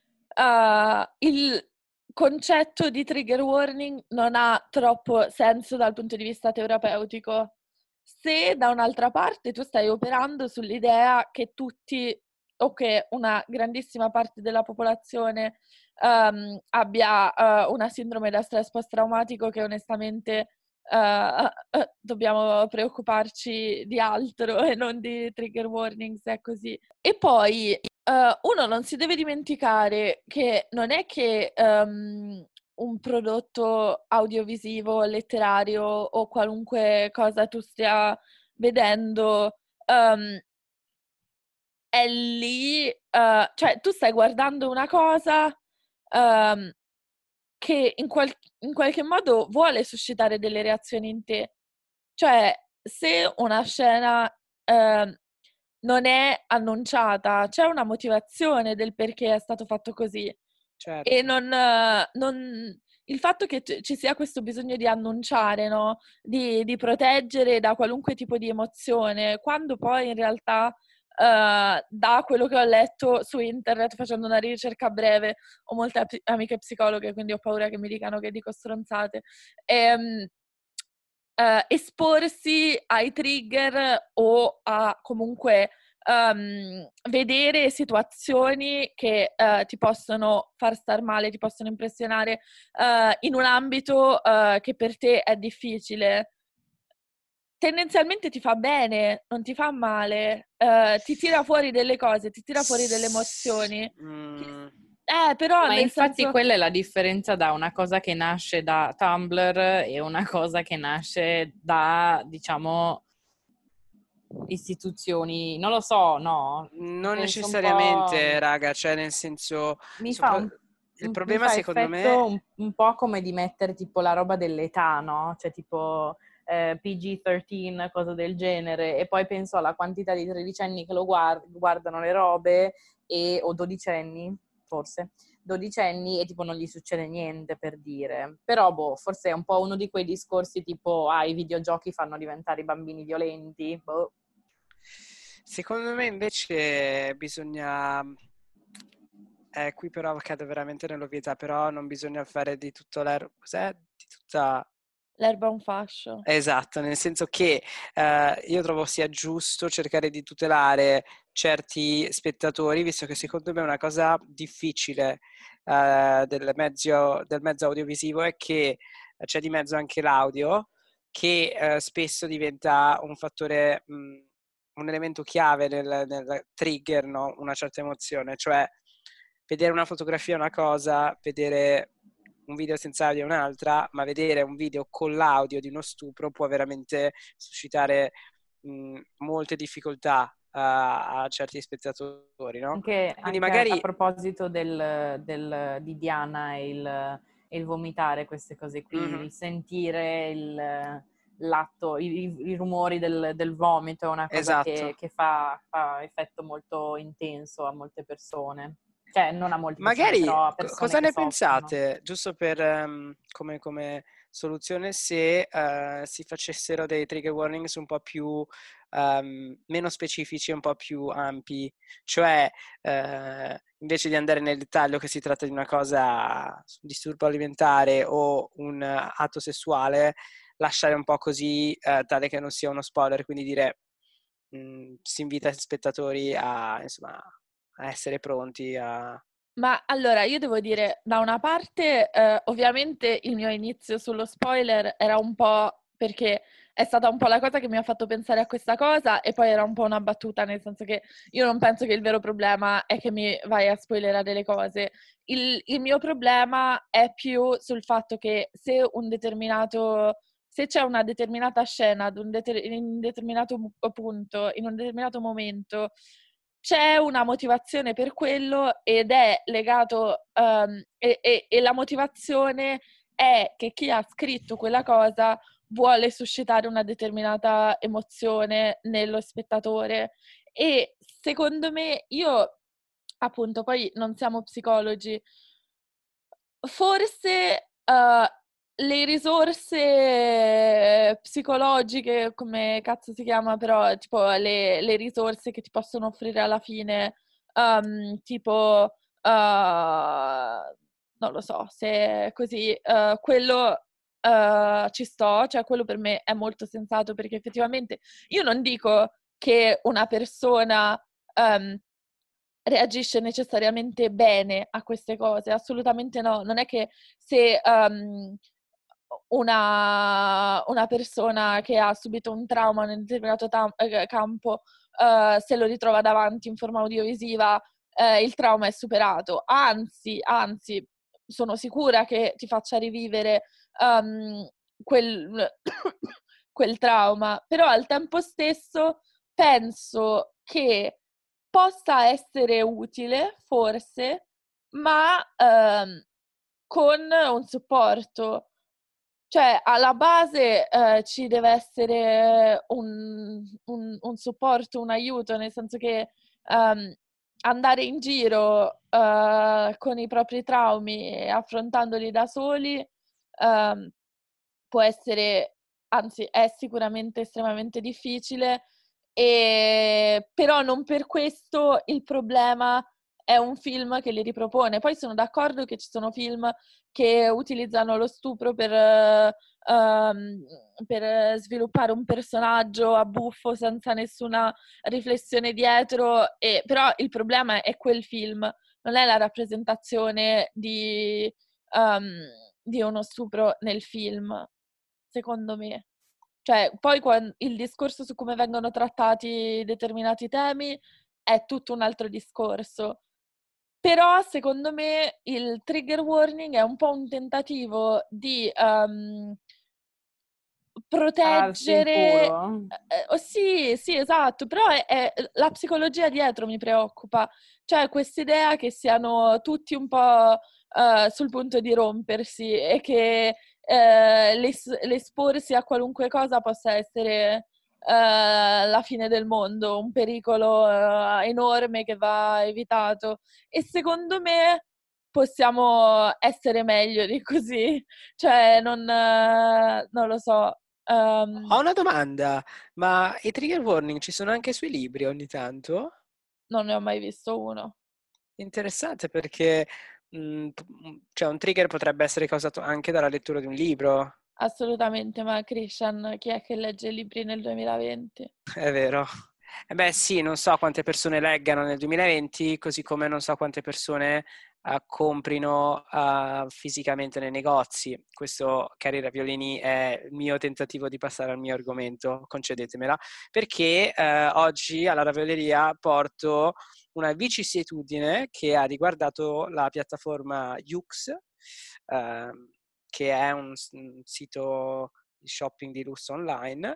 il concetto di trigger warning non ha troppo senso dal punto di vista terapeutico, se da un'altra parte tu stai operando sull'idea che tutti o che una grandissima parte della popolazione abbia una sindrome da stress post-traumatico, che onestamente dobbiamo preoccuparci di altro e non di trigger warning, se è così. E poi uno non si deve dimenticare che non è che un prodotto audiovisivo, letterario o qualunque cosa tu stia vedendo è lì, cioè tu stai guardando una cosa che in qualche modo vuole suscitare delle reazioni in te. Cioè, se una scena non è annunciata, c'è una motivazione del perché è stato fatto così. E Certo. il fatto che ci sia questo bisogno di annunciare, no? Di proteggere da qualunque tipo di emozione, quando poi in realtà, da quello che ho letto su internet facendo una ricerca breve, ho molte amiche psicologhe, quindi ho paura che mi dicano che dico stronzate. Esporsi ai trigger o a comunque vedere situazioni che ti possono far star male, ti possono impressionare in un ambito che per te è difficile. Tendenzialmente ti fa bene, non ti fa male, ti tira fuori delle cose, ti tira fuori delle emozioni. Mm, Però Ma nel infatti senso... quella è la differenza da una cosa che nasce da Tumblr e una cosa che nasce da, diciamo, istituzioni, non lo so, no, Non penso un po', necessariamente, raga, cioè nel senso, mi fa, il mi problema fa secondo me, effetto un po' come di mettere tipo la roba dell'età, no? Cioè tipo PG-13, cose del genere, e poi penso alla quantità di tredicenni che lo guardano le robe, o dodicenni, forse, dodicenni, e tipo non gli succede niente, per dire. Però boh, forse è un po' uno di quei discorsi tipo i videogiochi fanno diventare i bambini violenti, boh. secondo me invece bisogna, qui però cade veramente nell'ovvietà, però non bisogna fare di tutto cos'è? Di tutta... L'erba è un fascio. Esatto, nel senso che io trovo sia giusto cercare di tutelare certi spettatori, visto che secondo me è una cosa difficile del mezzo audiovisivo è che c'è di mezzo anche l'audio, che spesso diventa un fattore, un elemento chiave nel trigger, no? Una certa emozione, cioè vedere una fotografia è una cosa, vedere un video senza audio è un'altra, ma vedere un video con l'audio di uno stupro può veramente suscitare molte difficoltà a certi spettatori, no? Anche, Quindi anche a magari... proposito di Diana e il vomitare, queste cose qui, Mhm, il sentire l'atto, i rumori del vomito è una cosa esatto. che fa effetto molto intenso a molte persone. Cioè, non a molte persone, Magari però a persone cosa che ne soffrono. pensate, giusto per come soluzione, se si facessero dei trigger warnings un po' più meno specifici, un po' più ampi, cioè invece di andare nel dettaglio che si tratta di una cosa, un disturbo alimentare o un atto sessuale, lasciare un po' così tale che non sia uno spoiler, quindi dire si invita gli spettatori a, insomma, a essere pronti a... Ma allora, io devo dire, da una parte, ovviamente il mio inizio sullo spoiler era un po' perché è stata un po' la cosa che mi ha fatto pensare a questa cosa e poi era un po' una battuta, nel senso che io non penso che il vero problema è che mi vai a spoilerare le cose. Il mio problema è più sul fatto che se c'è una determinata scena in un determinato punto, in un determinato momento, c'è una motivazione per quello ed è legato, e la motivazione è che chi ha scritto quella cosa vuole suscitare una determinata emozione nello spettatore. E secondo me, io appunto, poi non siamo psicologi, forse le risorse psicologiche, come cazzo si chiama, però tipo le risorse che ti possono offrire alla fine, tipo, non lo so, se è così, quello ci sto, cioè quello per me è molto sensato perché effettivamente io non dico che una persona reagisce necessariamente bene a queste cose, assolutamente no. Non è che se una persona che ha subito un trauma in un determinato campo se lo ritrova davanti in forma audiovisiva, il trauma è superato. Anzi, sono sicura che ti faccia rivivere quel, quel trauma, però al tempo stesso penso che possa essere utile, forse, ma con un supporto. Cioè, alla base ci deve essere un supporto, un aiuto, nel senso che andare in giro con i propri traumi e affrontandoli da soli può essere, anzi è sicuramente estremamente difficile, però non per questo il problema è un film che li ripropone. Poi sono d'accordo che ci sono film che utilizzano lo stupro per sviluppare un personaggio a buffo senza nessuna riflessione dietro, però il problema è quel film, non è la rappresentazione di uno stupro nel film, secondo me. Cioè, poi il discorso su come vengono trattati determinati temi è tutto un altro discorso. Però secondo me il trigger warning è un po' un tentativo di Sarà al proteggere. sicuro. Sì, sì, esatto, però la psicologia dietro mi preoccupa, cioè quest'idea che siano tutti un po' sul punto di rompersi e che l'esporsi a qualunque cosa possa essere la fine del mondo, un pericolo enorme che va evitato. E secondo me possiamo essere meglio di così, cioè non lo so. Ho una domanda, ma i trigger warning ci sono anche sui libri ogni tanto? Non ne ho mai visto uno. Interessante perché cioè un trigger potrebbe essere causato anche dalla lettura di un libro, Assolutamente, ma Christian, chi è che legge libri nel 2020? è vero. E beh sì, non so quante persone leggano nel 2020, così come non so quante persone comprino fisicamente nei negozi. Questo, cari Raviolini, è il mio tentativo di passare al mio argomento, concedetemela, perché oggi alla ravioleria porto una vicissitudine che ha riguardato la piattaforma Yux, che è un sito di shopping di lusso online,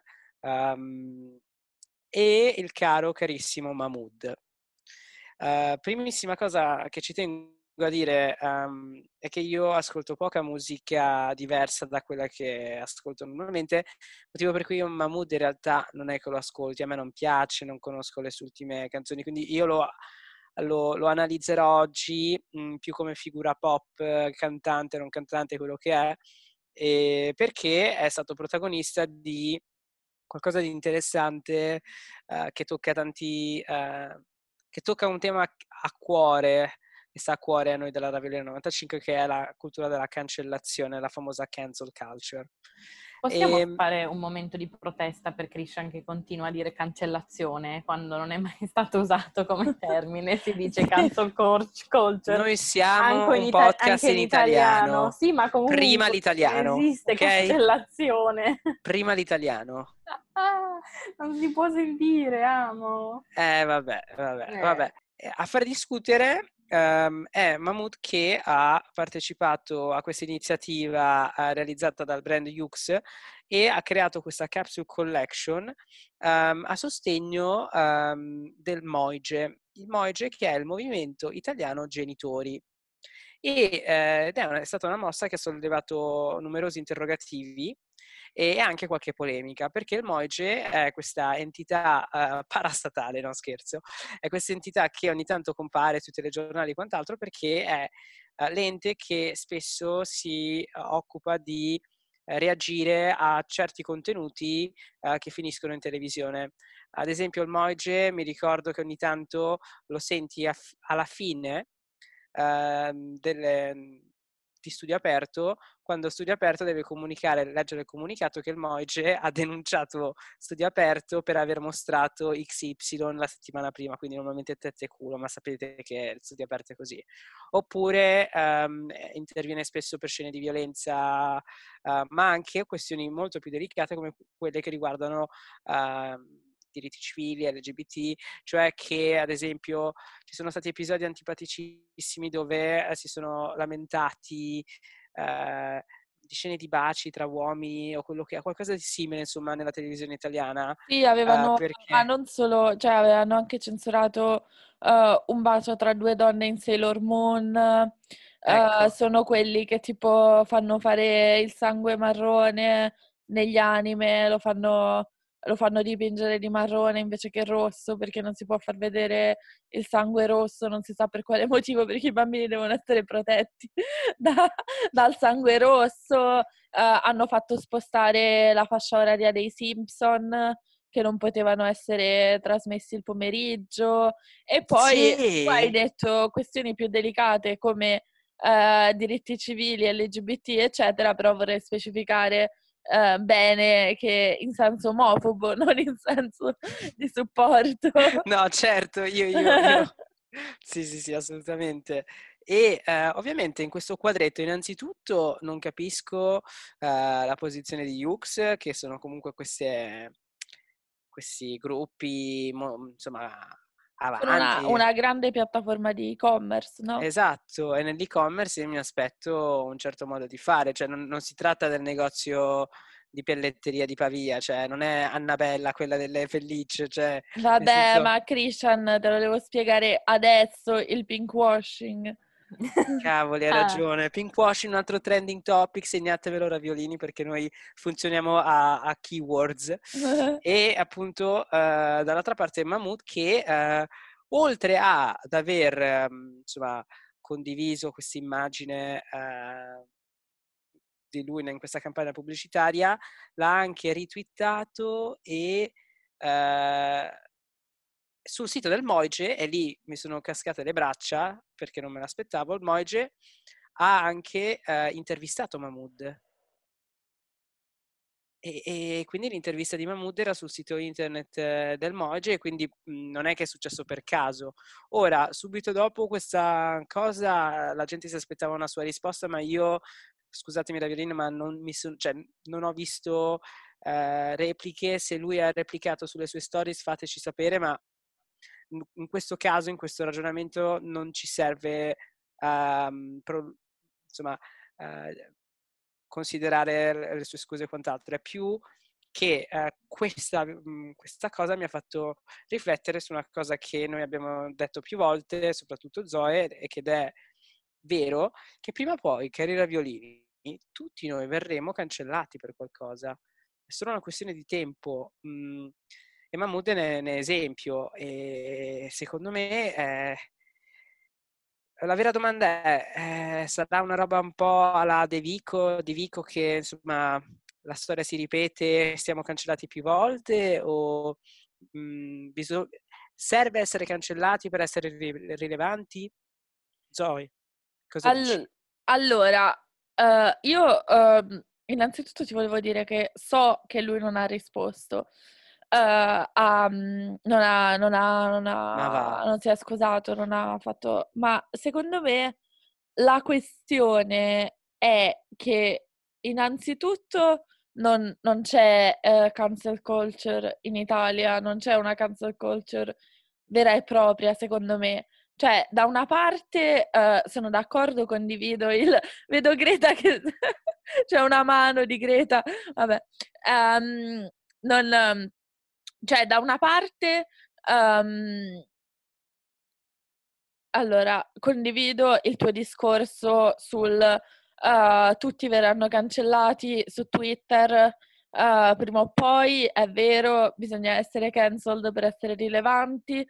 e il caro carissimo Mahmood. Primissima cosa che ci tengo a dire è che io ascolto poca musica diversa da quella che ascolto normalmente, motivo per cui io Mahmood in realtà non è che lo ascolti, a me non piace, non conosco le sue ultime canzoni, quindi io lo analizzerò oggi più come figura pop, cantante, non cantante, quello che è, perché è stato protagonista di qualcosa di interessante che tocca che tocca un tema a cuore, che sta a cuore a noi della Ravioleria 95, che è la cultura della cancellazione, la famosa cancel culture. Possiamo E, fare un momento di protesta per Christian che continua a dire cancellazione quando non è mai stato usato come termine, si dice Sì. cancel culture Noi siamo un anche podcast in in italiano. italiano. Sì, ma Prima comunque l'italiano, esiste ok? cancellazione. Prima l'italiano. Non si può sentire, amo. Vabbè. A far discutere è Mahmood, che ha partecipato a questa iniziativa realizzata dal brand Yux e ha creato questa capsule collection a sostegno del MOIGE. Il MOIGE, che è il Movimento Italiano Genitori. Ed è stata una mossa che ha sollevato numerosi interrogativi e anche qualche polemica, perché il MOIGE è questa entità parastatale, no scherzo, è questa entità che ogni tanto compare sui telegiornali e quant'altro, perché è l'ente che spesso si occupa di reagire a certi contenuti che finiscono in televisione. Ad esempio il MOIGE, mi ricordo che ogni tanto lo senti alla fine di Studio Aperto, quando Studio Aperto deve leggere il comunicato che il MOIGE ha denunciato Studio Aperto per aver mostrato XY la settimana prima, quindi normalmente tette e culo, ma sapete che Studio Aperto è così. Oppure interviene spesso per scene di violenza, ma anche questioni molto più delicate come quelle che riguardano diritti civili, LGBT, cioè che ad esempio ci sono stati episodi antipaticissimi dove si sono lamentati di scene di baci tra uomini o quello che è, qualcosa di simile insomma nella televisione italiana, Sì, avevano, ma perché non solo, cioè avevano anche censurato un bacio tra due donne in Sailor Moon. ecco. Sono quelli che tipo fanno fare il sangue marrone negli anime, lo fanno dipingere di marrone invece che rosso perché non si può far vedere il sangue rosso, non si sa per quale motivo, perché i bambini devono essere protetti dal sangue rosso. Hanno fatto spostare la fascia oraria dei Simpson, che non potevano essere trasmessi il pomeriggio, e poi tu hai Sì, detto questioni più delicate come diritti civili, LGBT, eccetera, però vorrei specificare bene che in senso omofobo, non in senso di supporto. no, certo, io. Sì, assolutamente. E ovviamente in questo quadretto innanzitutto non capisco la posizione di Yux, che sono comunque questi gruppi, insomma, Con avanti. una grande piattaforma di e-commerce, no? Esatto, e nell'e-commerce io mi aspetto un certo modo di fare, cioè non si tratta del negozio di pelletteria di Pavia, cioè non è Annabella quella delle pellicce, cioè nel Vabbè, senso... ma Christian, te lo devo spiegare adesso, il pinkwashing. Cavoli, hai ragione. Pinkwashing, un altro trending topic, segnatevelo raviolini perché noi funzioniamo a keywords. E appunto dall'altra parte Mahmood che oltre ad aver insomma, condiviso questa immagine di lui in questa campagna pubblicitaria, l'ha anche ritwittato e sul sito del Moige, e lì mi sono cascate le braccia perché non me l'aspettavo, il Moige ha anche intervistato Mahmood. E quindi l'intervista di Mahmood era sul sito internet del Moige e quindi non è che è successo per caso. Ora, subito dopo questa cosa, la gente si aspettava una sua risposta, ma io, scusatemi la violina, ma non ho visto repliche. Se lui ha replicato sulle sue stories, fateci sapere, ma in questo caso, in questo ragionamento, non ci serve insomma, considerare le sue scuse e quant'altro. È più che questa cosa mi ha fatto riflettere su una cosa che noi abbiamo detto più volte, soprattutto Zoe, e che è vero, che prima o poi, cari raviolini, tutti noi verremo cancellati per qualcosa. È solo una questione di tempo. E Mahmood ne è esempio. E secondo me la vera domanda è, sarà una roba un po' alla De Vico che insomma la storia si ripete, siamo cancellati più volte o serve essere cancellati per essere rilevanti? Zoe, cosa dici? Allora, io innanzitutto ti volevo dire che so che lui non ha risposto, Ma va. non si è scusato, non ha fatto... Ma secondo me la questione è che innanzitutto non c'è cancel culture in Italia, non c'è una cancel culture vera e propria, secondo me. Cioè, da una parte sono d'accordo, condivido il... Vedo Greta che... c'è una mano di Greta. Vabbè. Cioè, da una parte... allora, condivido il tuo discorso sul tutti verranno cancellati su Twitter prima o poi, è vero, bisogna essere cancelled per essere rilevanti,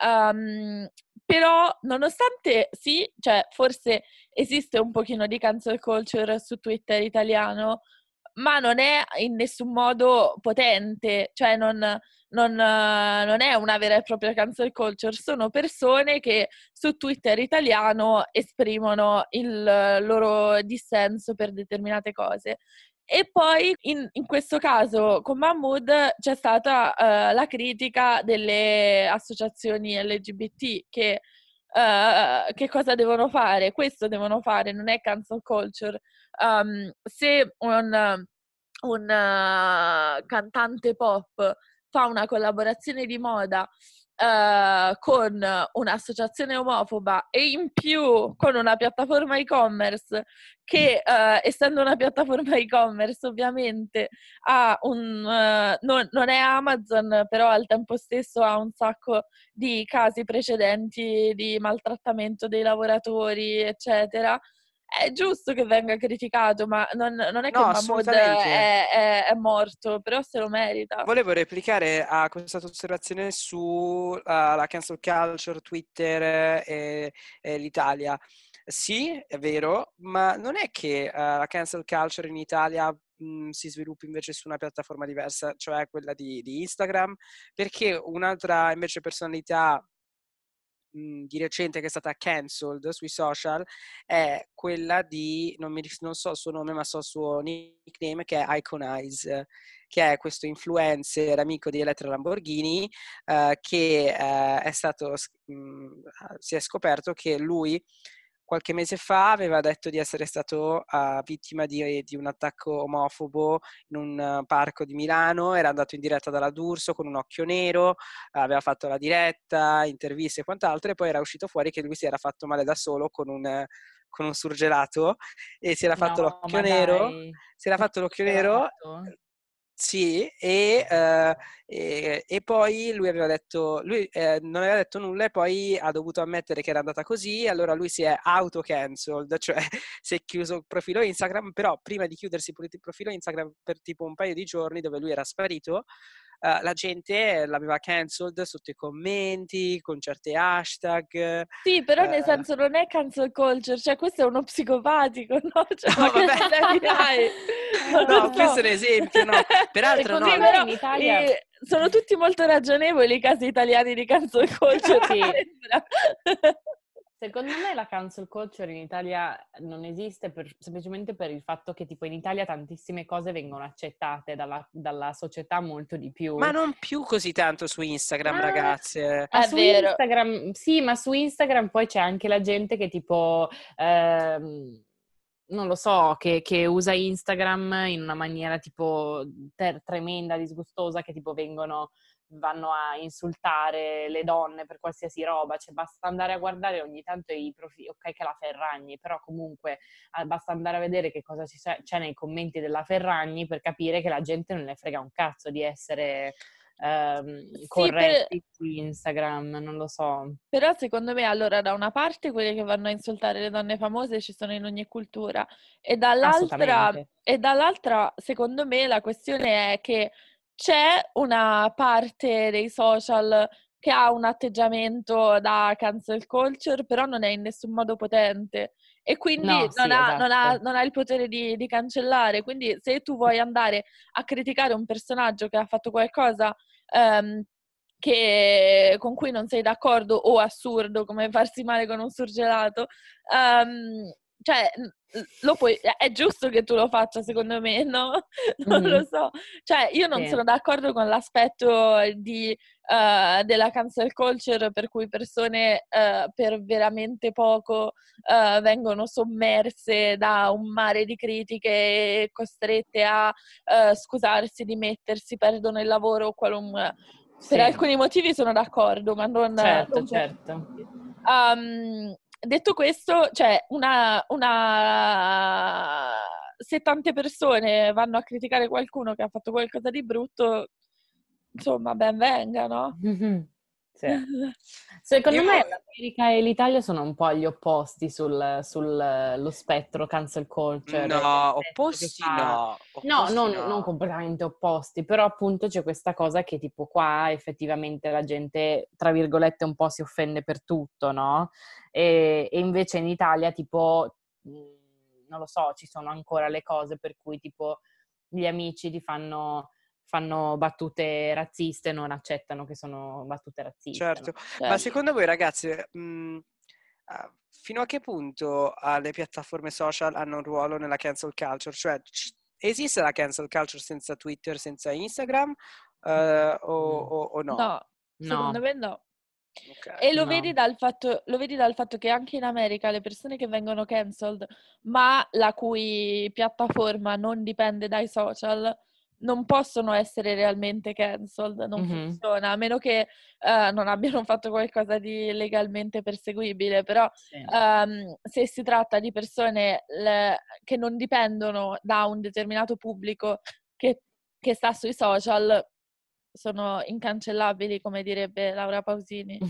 però nonostante sì, cioè forse esiste un pochino di cancel culture su Twitter italiano, ma non è in nessun modo potente, cioè non è una vera e propria cancel culture, sono persone che su Twitter italiano esprimono il loro dissenso per determinate cose. E poi in questo caso con Mahmood c'è stata la critica delle associazioni LGBT che cosa devono fare? Questo devono fare, non è cancel culture. Se un cantante pop fa una collaborazione di moda con un'associazione omofoba e in più con una piattaforma e-commerce che essendo una piattaforma e-commerce ovviamente non è Amazon, però al tempo stesso ha un sacco di casi precedenti di maltrattamento dei lavoratori, eccetera. È giusto che venga criticato, ma non è che No, Mahmood assolutamente. è morto, però se lo merita. Volevo replicare a questa tua osservazione sulla cancel culture, Twitter e l'Italia. Sì, è vero, ma non è che la cancel culture in Italia si sviluppi invece su una piattaforma diversa, cioè quella di Instagram, perché un'altra invece personalità di recente che è stata cancelled sui social è quella di, non so il suo nome ma so il suo nickname, che è Icon Eyes, che è questo influencer amico di Elettra Lamborghini che si è scoperto che lui qualche mese fa aveva detto di essere stato vittima di un attacco omofobo in un parco di Milano, era andato in diretta dalla D'Urso con un occhio nero, aveva fatto la diretta, interviste e quant'altro, e poi era uscito fuori che lui si era fatto male da solo con un surgelato e si era fatto No, l'occhio ma nero, dai, si era un fatto l'occhio nero. gelato? Sì, e poi lui aveva detto, non aveva detto nulla e poi ha dovuto ammettere che era andata così, allora lui si è auto-cancelled, cioè si è chiuso il profilo Instagram, però prima di chiudersi il profilo Instagram per tipo un paio di giorni dove lui era sparito, la gente l'aveva cancelled sotto i commenti, con certi hashtag. Sì, però nel senso non è cancel culture, cioè questo è uno psicopatico, no? Cioè, ma No, che vabbè. problemi hai? Non lo No, so. questo è un esempio, no. Peraltro Secondo no. me Però in Italia... sono tutti molto ragionevoli i casi italiani di cancel culture, Sì. mi sembra. Secondo me la cancel culture in Italia non esiste semplicemente per il fatto che tipo in Italia tantissime cose vengono accettate dalla società molto di più. Ma non più così tanto su Instagram, ragazze. Ma È su vero. Instagram, sì, ma su Instagram poi c'è anche la gente che tipo, non lo so, che usa Instagram in una maniera tipo tremenda, disgustosa, che tipo vanno a insultare le donne per qualsiasi roba, cioè basta andare a guardare ogni tanto i profili, ok che è la Ferragni, però comunque basta andare a vedere che cosa c'è nei commenti della Ferragni per capire che la gente non ne frega un cazzo di essere Sì, corretti su Instagram, non lo so. però secondo me allora da una parte quelli che vanno a insultare le donne famose ci sono in ogni cultura Assolutamente. e dall'altra secondo me la questione è che c'è una parte dei social che ha un atteggiamento da cancel culture, però non è in nessun modo potente e quindi No, sì, esatto. non ha il potere di cancellare. Quindi se tu vuoi andare a criticare un personaggio che ha fatto qualcosa ehm, con cui non sei d'accordo o assurdo come farsi male con un surgelato, cioè è giusto che tu lo faccia secondo me, no? Non lo so, cioè io non Sì. sono d'accordo con l'aspetto della cancel culture per cui persone per veramente poco vengono sommerse da un mare di critiche e costrette a scusarsi, dimettersi, perdono il lavoro o qualunque. Per Sì, alcuni motivi sono d'accordo, ma certo, non per certo. tutti. Detto questo, cioè se tante persone vanno a criticare qualcuno che ha fatto qualcosa di brutto, insomma, ben venga, no? Sì. Secondo Io, me l'America e l'Italia sono un po' agli opposti sullo spettro cancel culture, nel no, senso che opposti no, No, opposti non no. completamente opposti, però appunto c'è questa cosa che tipo qua effettivamente la gente, tra virgolette, un po' si offende per tutto, no? E invece in Italia tipo, non lo so, ci sono ancora le cose per cui tipo gli amici ti fanno battute razziste e non accettano che sono battute razziste, Certo, no? ma Certo. secondo voi ragazze, fino a che punto le piattaforme social hanno un ruolo nella cancel culture? Cioè, esiste la cancel culture senza Twitter, senza Instagram, o no? No, secondo No, me no. Ok. E no. lo vedi dal fatto che anche in America le persone che vengono cancelled, ma la cui piattaforma non dipende dai social, non possono essere realmente cancelled, non Mhm. funziona, a meno che non abbiano fatto qualcosa di legalmente perseguibile. Però Sì. se si tratta di persone che non dipendono da un determinato pubblico che sta sui social, sono incancellabili, come direbbe Laura Pausini.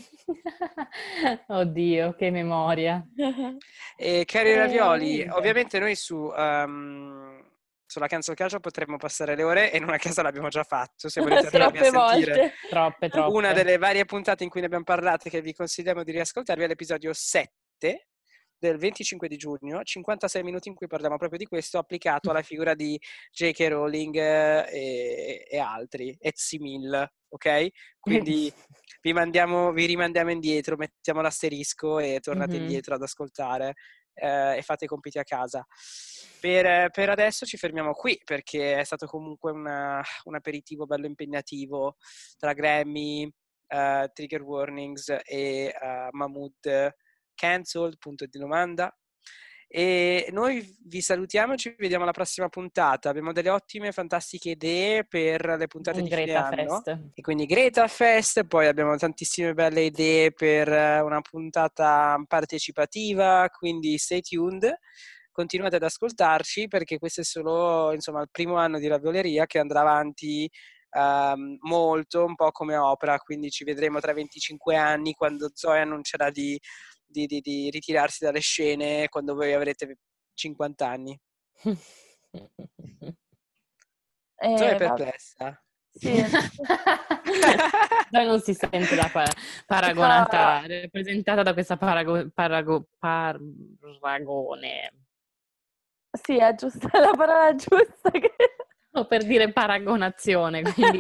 Oddio, che memoria. E cari ravioli, Niente. ovviamente noi sulla cancel culture potremmo passare le ore e in una casa l'abbiamo già fatto, siamo ritornati a Troppe sentire volte. Troppe, una troppe. delle varie puntate in cui ne abbiamo parlato, che vi consigliamo di riascoltarvi, è l'episodio 7 del 25 di giugno, 56 minuti in cui parliamo proprio di questo, applicato alla figura di J.K. Rowling e altri, et simil, ok? Quindi vi rimandiamo indietro, mettiamo l'asterisco e tornate Mhm. indietro ad ascoltare e fate i compiti a casa. Per adesso ci fermiamo qui perché è stato comunque un aperitivo bello impegnativo tra Grammy, Trigger Warnings e Mahmood cancelled, punto di domanda. E noi vi salutiamo, ci vediamo alla prossima puntata. Abbiamo delle ottime, fantastiche idee per le puntate di fine Greta anno. Fest. E quindi Greta Fest, poi abbiamo tantissime belle idee per una puntata partecipativa, quindi stay tuned. Continuate ad ascoltarci perché questo è solo, insomma, il primo anno di Ravioleria che andrà avanti molto, un po' come opera, quindi ci vedremo tra 25 anni quando Zoe annuncerà di ritirarsi dalle scene quando voi avrete 50 anni. Zoe è perplessa. Sì. Zoe non si sente paragonata, rappresentata da questa paragone. Sì, è giusta, è la parola giusta. O per dire paragonazione, quindi...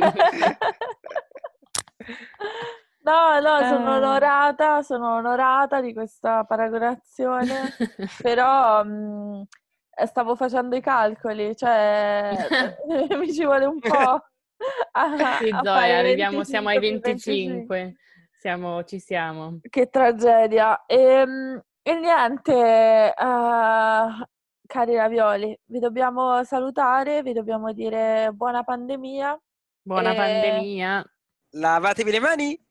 No, sono onorata di questa paragonazione, però stavo facendo i calcoli, cioè mi ci vuole un po' Sì, a Zoe, fare arriviamo, siamo ai 25. 25, ci siamo. Che tragedia. E niente, cari ravioli, vi dobbiamo salutare, vi dobbiamo dire buona pandemia. Buona pandemia. Lavatevi le mani!